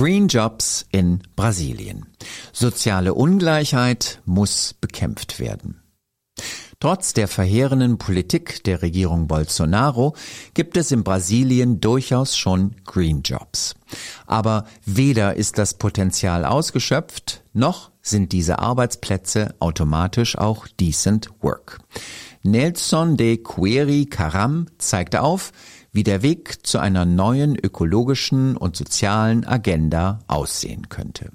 Green Jobs in Brasilien. Soziale Ungleichheit muss bekämpft werden. Trotz der verheerenden Politik der Regierung Bolsonaro gibt es in Brasilien durchaus schon Green Jobs. Aber weder ist das Potenzial ausgeschöpft, noch sind diese Arbeitsplätze automatisch auch Decent Work. Nelson de Query Caram zeigte auf, wie der Weg zu einer neuen ökologischen und sozialen Agenda aussehen könnte.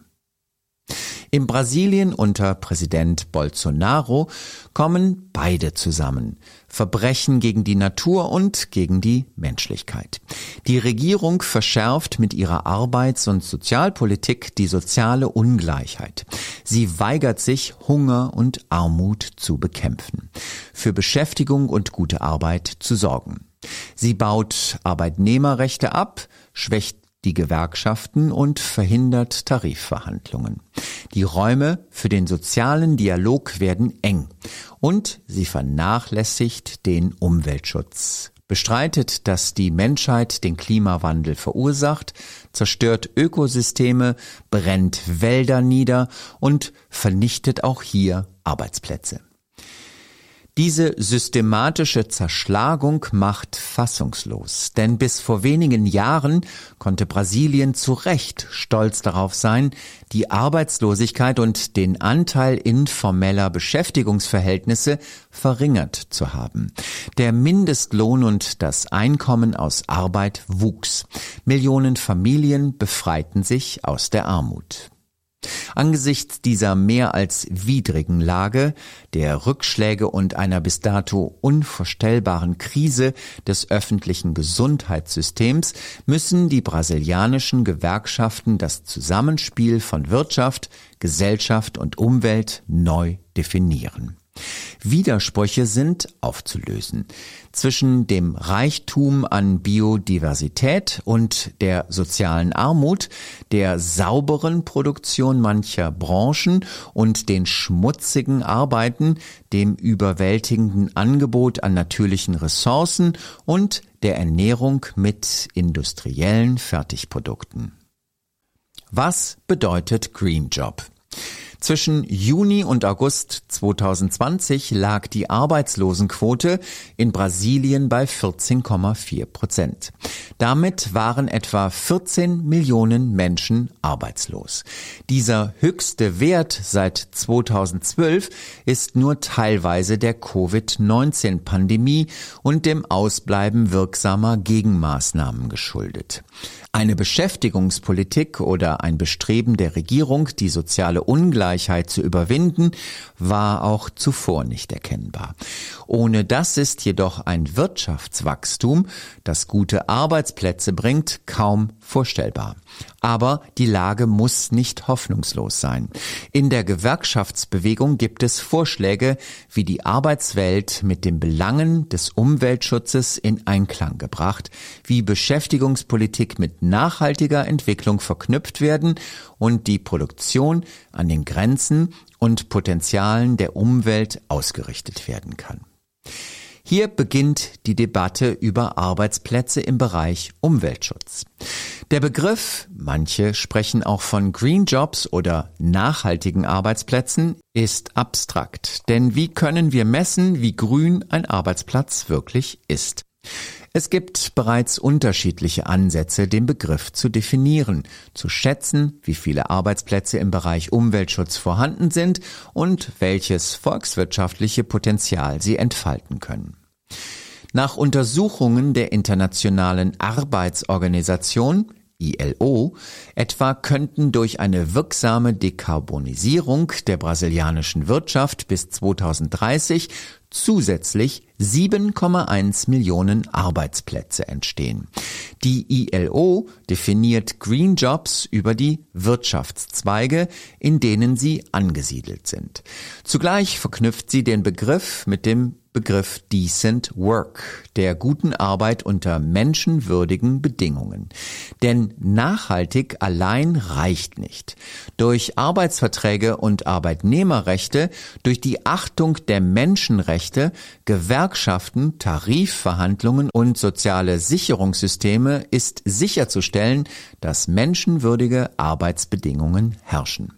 In Brasilien unter Präsident Bolsonaro kommen beide zusammen. Verbrechen gegen die Natur und gegen die Menschlichkeit. Die Regierung verschärft mit ihrer Arbeits- und Sozialpolitik die soziale Ungleichheit. Sie weigert sich, Hunger und Armut zu bekämpfen, für Beschäftigung und gute Arbeit zu sorgen. Sie baut Arbeitnehmerrechte ab, schwächt die Gewerkschaften und verhindert Tarifverhandlungen. Die Räume für den sozialen Dialog werden eng und sie vernachlässigt den Umweltschutz, bestreitet, dass die Menschheit den Klimawandel verursacht, zerstört Ökosysteme, brennt Wälder nieder und vernichtet auch hier Arbeitsplätze. Diese systematische Zerschlagung macht fassungslos, denn bis vor wenigen Jahren konnte Brasilien zu Recht stolz darauf sein, die Arbeitslosigkeit und den Anteil informeller Beschäftigungsverhältnisse verringert zu haben. Der Mindestlohn und das Einkommen aus Arbeit wuchs. Millionen Familien befreiten sich aus der Armut. Angesichts dieser mehr als widrigen Lage, der Rückschläge und einer bis dato unvorstellbaren Krise des öffentlichen Gesundheitssystems müssen die brasilianischen Gewerkschaften das Zusammenspiel von Wirtschaft, Gesellschaft und Umwelt neu definieren. Widersprüche sind aufzulösen. Zwischen dem Reichtum an Biodiversität und der sozialen Armut, der sauberen Produktion mancher Branchen und den schmutzigen Arbeiten, dem überwältigenden Angebot an natürlichen Ressourcen und der Ernährung mit industriellen Fertigprodukten. Was bedeutet Green Job? Zwischen Juni und August 2020 lag die Arbeitslosenquote in Brasilien bei 14,4%. Damit waren etwa 14 Millionen Menschen arbeitslos. Dieser höchste Wert seit 2012 ist nur teilweise der Covid-19-Pandemie und dem Ausbleiben wirksamer Gegenmaßnahmen geschuldet. Eine Beschäftigungspolitik oder ein Bestreben der Regierung, die soziale Ungleichheit zu überwinden, war auch zuvor nicht erkennbar. Ohne das ist jedoch ein Wirtschaftswachstum, das gute Arbeitsplätze bringt, kaum vorstellbar. Aber die Lage muss nicht hoffnungslos sein. In der Gewerkschaftsbewegung gibt es Vorschläge, wie die Arbeitswelt mit den Belangen des Umweltschutzes in Einklang gebracht, wie Beschäftigungspolitik mit nachhaltiger Entwicklung verknüpft werden und die Produktion an den Grenzen und Potenzialen der Umwelt ausgerichtet werden kann. Hier beginnt die Debatte über Arbeitsplätze im Bereich Umweltschutz. Der Begriff, manche sprechen auch von Green Jobs oder nachhaltigen Arbeitsplätzen, ist abstrakt. Denn wie können wir messen, wie grün ein Arbeitsplatz wirklich ist? Es gibt bereits unterschiedliche Ansätze, den Begriff zu definieren, zu schätzen, wie viele Arbeitsplätze im Bereich Umweltschutz vorhanden sind und welches volkswirtschaftliche Potenzial sie entfalten können. Nach Untersuchungen der Internationalen Arbeitsorganisation ILO etwa könnten durch eine wirksame Dekarbonisierung der brasilianischen Wirtschaft bis 2030 zusätzlich 7,1 Millionen Arbeitsplätze entstehen. Die ILO definiert Green Jobs über die Wirtschaftszweige, in denen sie angesiedelt sind. Zugleich verknüpft sie den Begriff mit dem Begriff Decent Work, der guten Arbeit unter menschenwürdigen Bedingungen. Denn nachhaltig allein reicht nicht. Durch Arbeitsverträge und Arbeitnehmerrechte, durch die Achtung der Menschenrechte Arbeitnehmerrechte, Gewerkschaften, Tarifverhandlungen und soziale Sicherungssysteme ist sicherzustellen, dass menschenwürdige Arbeitsbedingungen herrschen.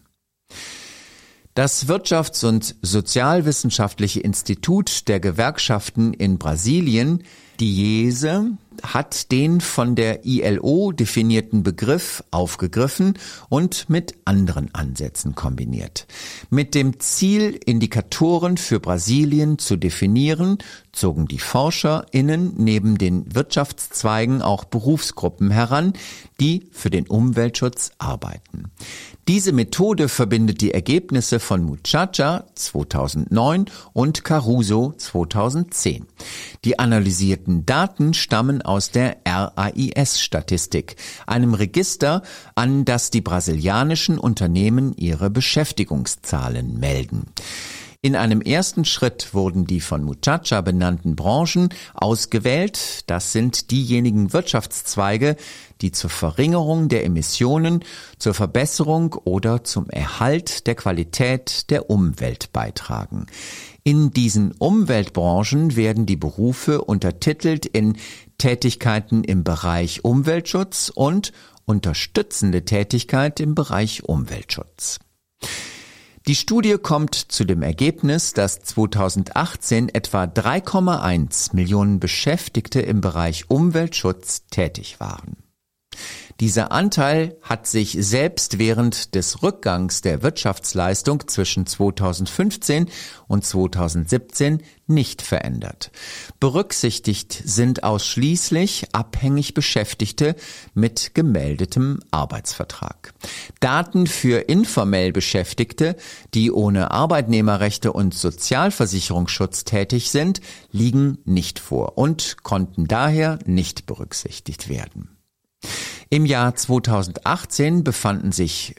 Das Wirtschafts- und Sozialwissenschaftliche Institut der Gewerkschaften in Brasilien, DIESE, hat den von der ILO definierten Begriff aufgegriffen und mit anderen Ansätzen kombiniert. Mit dem Ziel, Indikatoren für Brasilien zu definieren, zogen die ForscherInnen neben den Wirtschaftszweigen auch Berufsgruppen heran, die für den Umweltschutz arbeiten. Diese Methode verbindet die Ergebnisse von Muchacha 2009 und Caruso 2010. Die analysierten Daten stammen aus der RAIS-Statistik, einem Register, an das die brasilianischen Unternehmen ihre Beschäftigungszahlen melden. In einem ersten Schritt wurden die von Muchacha benannten Branchen ausgewählt. Das sind diejenigen Wirtschaftszweige, die zur Verringerung der Emissionen, zur Verbesserung oder zum Erhalt der Qualität der Umwelt beitragen. In diesen Umweltbranchen werden die Berufe untertitelt in Tätigkeiten im Bereich Umweltschutz und unterstützende Tätigkeit im Bereich Umweltschutz. Die Studie kommt zu dem Ergebnis, dass 2018 etwa 3,1 Millionen Beschäftigte im Bereich Umweltschutz tätig waren. Dieser Anteil hat sich selbst während des Rückgangs der Wirtschaftsleistung zwischen 2015 und 2017 nicht verändert. Berücksichtigt sind ausschließlich abhängig Beschäftigte mit gemeldetem Arbeitsvertrag. Daten für informell Beschäftigte, die ohne Arbeitnehmerrechte und Sozialversicherungsschutz tätig sind, liegen nicht vor und konnten daher nicht berücksichtigt werden. Im Jahr 2018 befanden sich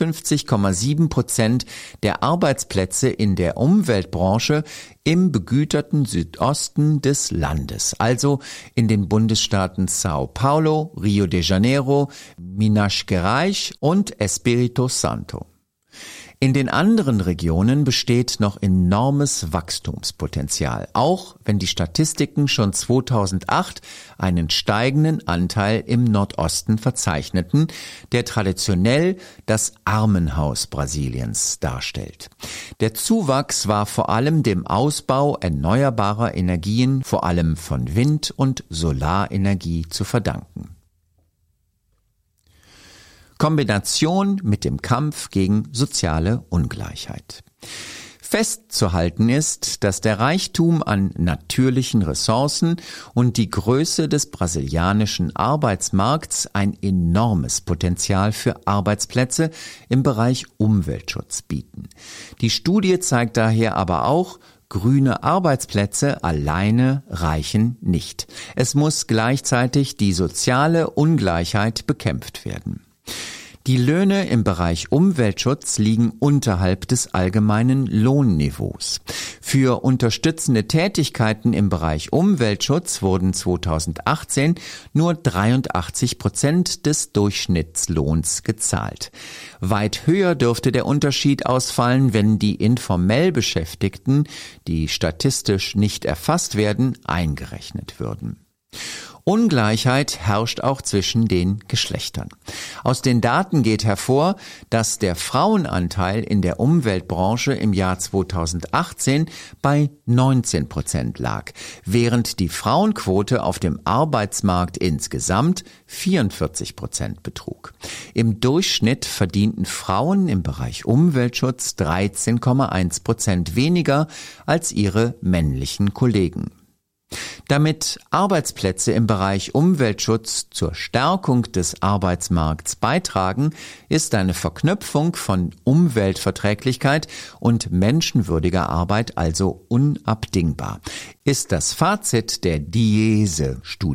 54,7% der Arbeitsplätze in der Umweltbranche im begüterten Südosten des Landes, also in den Bundesstaaten São Paulo, Rio de Janeiro, Minas Gerais und Espírito Santo. In den anderen Regionen besteht noch enormes Wachstumspotenzial, auch wenn die Statistiken schon 2008 einen steigenden Anteil im Nordosten verzeichneten, der traditionell das Armenhaus Brasiliens darstellt. Der Zuwachs war vor allem dem Ausbau erneuerbarer Energien, vor allem von Wind- und Solarenergie, zu verdanken. Kombination mit dem Kampf gegen soziale Ungleichheit. Festzuhalten ist, dass der Reichtum an natürlichen Ressourcen und die Größe des brasilianischen Arbeitsmarkts ein enormes Potenzial für Arbeitsplätze im Bereich Umweltschutz bieten. Die Studie zeigt daher aber auch, grüne Arbeitsplätze alleine reichen nicht. Es muss gleichzeitig die soziale Ungleichheit bekämpft werden. Die Löhne im Bereich Umweltschutz liegen unterhalb des allgemeinen Lohnniveaus. Für unterstützende Tätigkeiten im Bereich Umweltschutz wurden 2018 nur 83% des Durchschnittslohns gezahlt. Weit höher dürfte der Unterschied ausfallen, wenn die informell Beschäftigten, die statistisch nicht erfasst werden, eingerechnet würden. Ungleichheit herrscht auch zwischen den Geschlechtern. Aus den Daten geht hervor, dass der Frauenanteil in der Umweltbranche im Jahr 2018 bei 19% lag, während die Frauenquote auf dem Arbeitsmarkt insgesamt 44% betrug. Im Durchschnitt verdienten Frauen im Bereich Umweltschutz 13,1% weniger als ihre männlichen Kollegen. Damit Arbeitsplätze im Bereich Umweltschutz zur Stärkung des Arbeitsmarkts beitragen, ist eine Verknüpfung von Umweltverträglichkeit und menschenwürdiger Arbeit also unabdingbar, ist das Fazit der DIESE-Studie.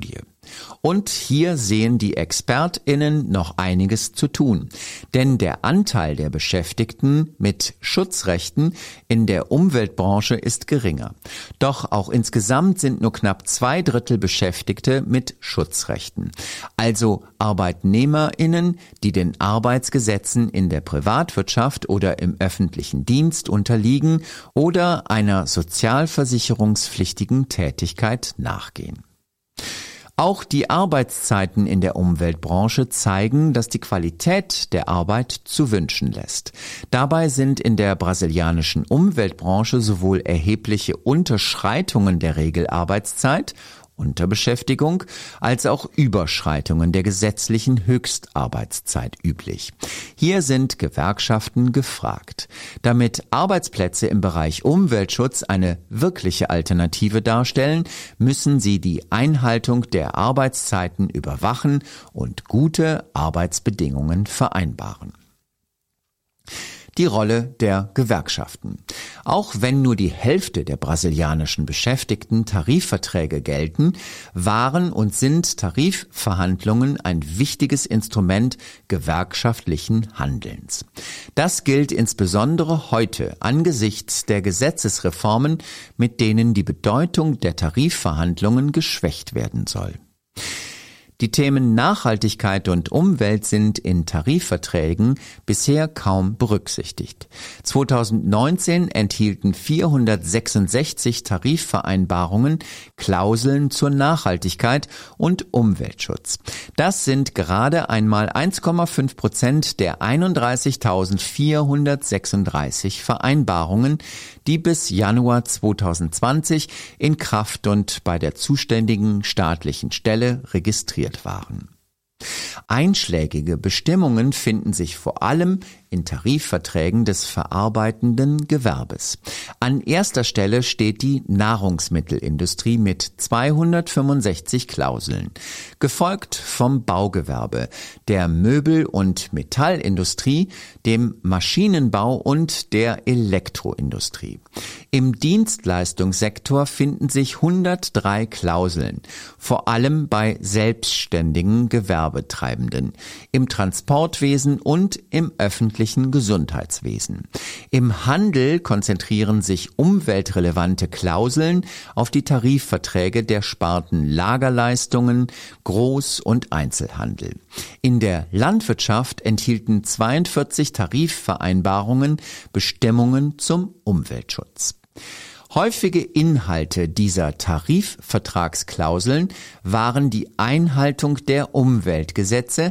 Und hier sehen die ExpertInnen noch einiges zu tun. Denn der Anteil der Beschäftigten mit Schutzrechten in der Umweltbranche ist geringer. Doch auch insgesamt sind nur knapp 2/3 Beschäftigte mit Schutzrechten. Also ArbeitnehmerInnen, die den Arbeitsgesetzen in der Privatwirtschaft oder im öffentlichen Dienst unterliegen oder einer sozialversicherungspflichtigen Tätigkeit nachgehen. Auch die Arbeitszeiten in der Umweltbranche zeigen, dass die Qualität der Arbeit zu wünschen lässt. Dabei sind in der brasilianischen Umweltbranche sowohl erhebliche Unterschreitungen der Regelarbeitszeit, Unterbeschäftigung, als auch Überschreitungen der gesetzlichen Höchstarbeitszeit üblich. Hier sind Gewerkschaften gefragt. Damit Arbeitsplätze im Bereich Umweltschutz eine wirkliche Alternative darstellen, müssen sie die Einhaltung der Arbeitszeiten überwachen und gute Arbeitsbedingungen vereinbaren. Die Rolle der Gewerkschaften. Auch wenn nur die Hälfte der brasilianischen Beschäftigten Tarifverträge gelten, waren und sind Tarifverhandlungen ein wichtiges Instrument gewerkschaftlichen Handelns. Das gilt insbesondere heute angesichts der Gesetzesreformen, mit denen die Bedeutung der Tarifverhandlungen geschwächt werden soll. Die Themen Nachhaltigkeit und Umwelt sind in Tarifverträgen bisher kaum berücksichtigt. 2019 enthielten 466 Tarifvereinbarungen Klauseln zur Nachhaltigkeit und Umweltschutz. Das sind gerade einmal 1,5% der 31.436 Vereinbarungen, die bis Januar 2020 in Kraft und bei der zuständigen staatlichen Stelle registriert waren. Einschlägige Bestimmungen finden sich vor allem in Tarifverträgen des verarbeitenden Gewerbes. An erster Stelle steht die Nahrungsmittelindustrie mit 265 Klauseln, gefolgt vom Baugewerbe, der Möbel- und Metallindustrie, dem Maschinenbau und der Elektroindustrie. Im Dienstleistungssektor finden sich 103 Klauseln, vor allem bei selbstständigen Gewerbetreibenden, im Transportwesen und im öffentlichen Gesundheitswesen. Im Handel konzentrieren sich umweltrelevante Klauseln auf die Tarifverträge der Sparten Lagerleistungen, Groß- und Einzelhandel. In der Landwirtschaft enthielten 42 Tarifvereinbarungen Bestimmungen zum Umweltschutz. Häufige Inhalte dieser Tarifvertragsklauseln waren die Einhaltung der Umweltgesetze,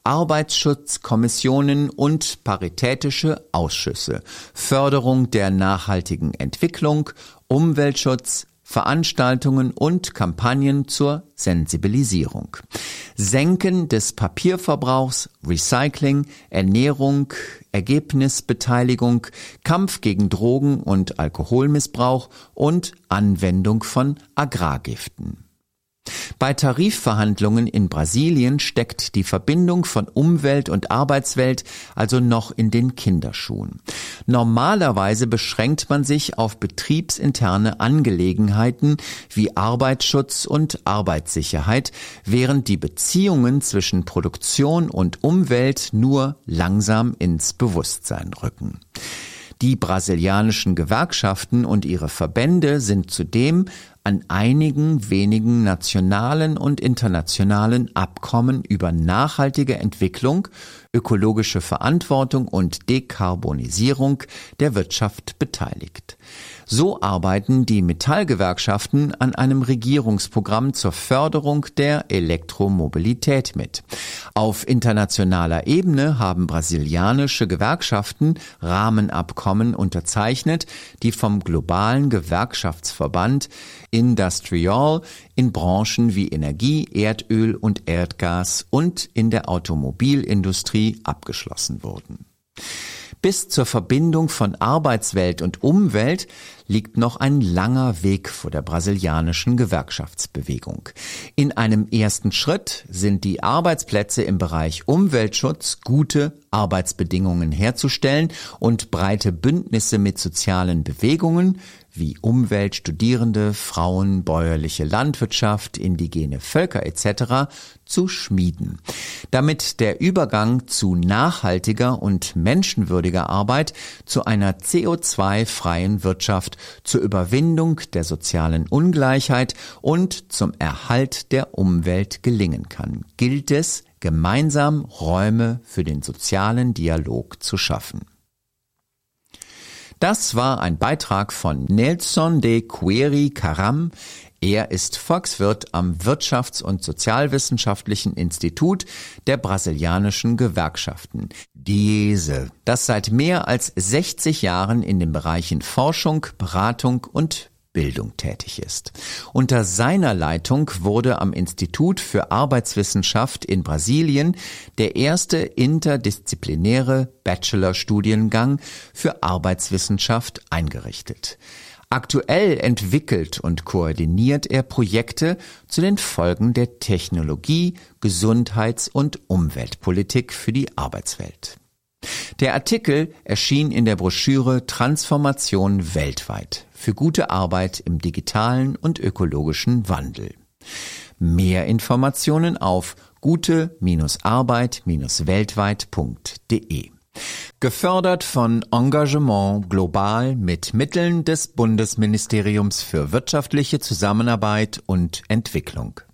Arbeitsschutzkommissionen und paritätische Ausschüsse, Förderung der nachhaltigen Entwicklung, Umweltschutz, Veranstaltungen und Kampagnen zur Sensibilisierung. Senken des Papierverbrauchs, Recycling, Ernährung, Ergebnisbeteiligung, Kampf gegen Drogen- und Alkoholmissbrauch und Anwendung von Agrargiften. Bei Tarifverhandlungen in Brasilien steckt die Verbindung von Umwelt und Arbeitswelt also noch in den Kinderschuhen. Normalerweise beschränkt man sich auf betriebsinterne Angelegenheiten wie Arbeitsschutz und Arbeitssicherheit, während die Beziehungen zwischen Produktion und Umwelt nur langsam ins Bewusstsein rücken. Die brasilianischen Gewerkschaften und ihre Verbände sind zudem an einigen wenigen nationalen und internationalen Abkommen über nachhaltige Entwicklung, ökologische Verantwortung und Dekarbonisierung der Wirtschaft beteiligt. So arbeiten die Metallgewerkschaften an einem Regierungsprogramm zur Förderung der Elektromobilität mit. Auf internationaler Ebene haben brasilianische Gewerkschaften Rahmenabkommen unterzeichnet, die vom globalen Gewerkschaftsverband Industrial in Branchen wie Energie, Erdöl und Erdgas und in der Automobilindustrie abgeschlossen wurden. Bis zur Verbindung von Arbeitswelt und Umwelt liegt noch ein langer Weg vor der brasilianischen Gewerkschaftsbewegung. In einem ersten Schritt sind die Arbeitsplätze im Bereich Umweltschutz, gute Arbeitsbedingungen herzustellen und breite Bündnisse mit sozialen Bewegungen wie Umwelt, Studierende, Frauen, bäuerliche Landwirtschaft, indigene Völker etc. zu schmieden, damit der Übergang zu nachhaltiger und menschenwürdiger Arbeit, zu einer CO2-freien Wirtschaft, zur Überwindung der sozialen Ungleichheit und zum Erhalt der Umwelt gelingen kann, gilt es, gemeinsam Räume für den sozialen Dialog zu schaffen. Das war ein Beitrag von Nelson de Query Caram. Er ist Volkswirt am Wirtschafts- und Sozialwissenschaftlichen Institut der brasilianischen Gewerkschaften, DIESE, das seit mehr als 60 Jahren in den Bereichen Forschung, Beratung und Bildung tätig ist. Unter seiner Leitung wurde am Institut für Arbeitswissenschaft in Brasilien der erste interdisziplinäre Bachelorstudiengang für Arbeitswissenschaft eingerichtet. Aktuell entwickelt und koordiniert er Projekte zu den Folgen der Technologie-, Gesundheits- und Umweltpolitik für die Arbeitswelt. Der Artikel erschien in der Broschüre Transformation weltweit für gute Arbeit im digitalen und ökologischen Wandel. Mehr Informationen auf gute-arbeit-weltweit.de. Gefördert von Engagement Global mit Mitteln des Bundesministeriums für wirtschaftliche Zusammenarbeit und Entwicklung.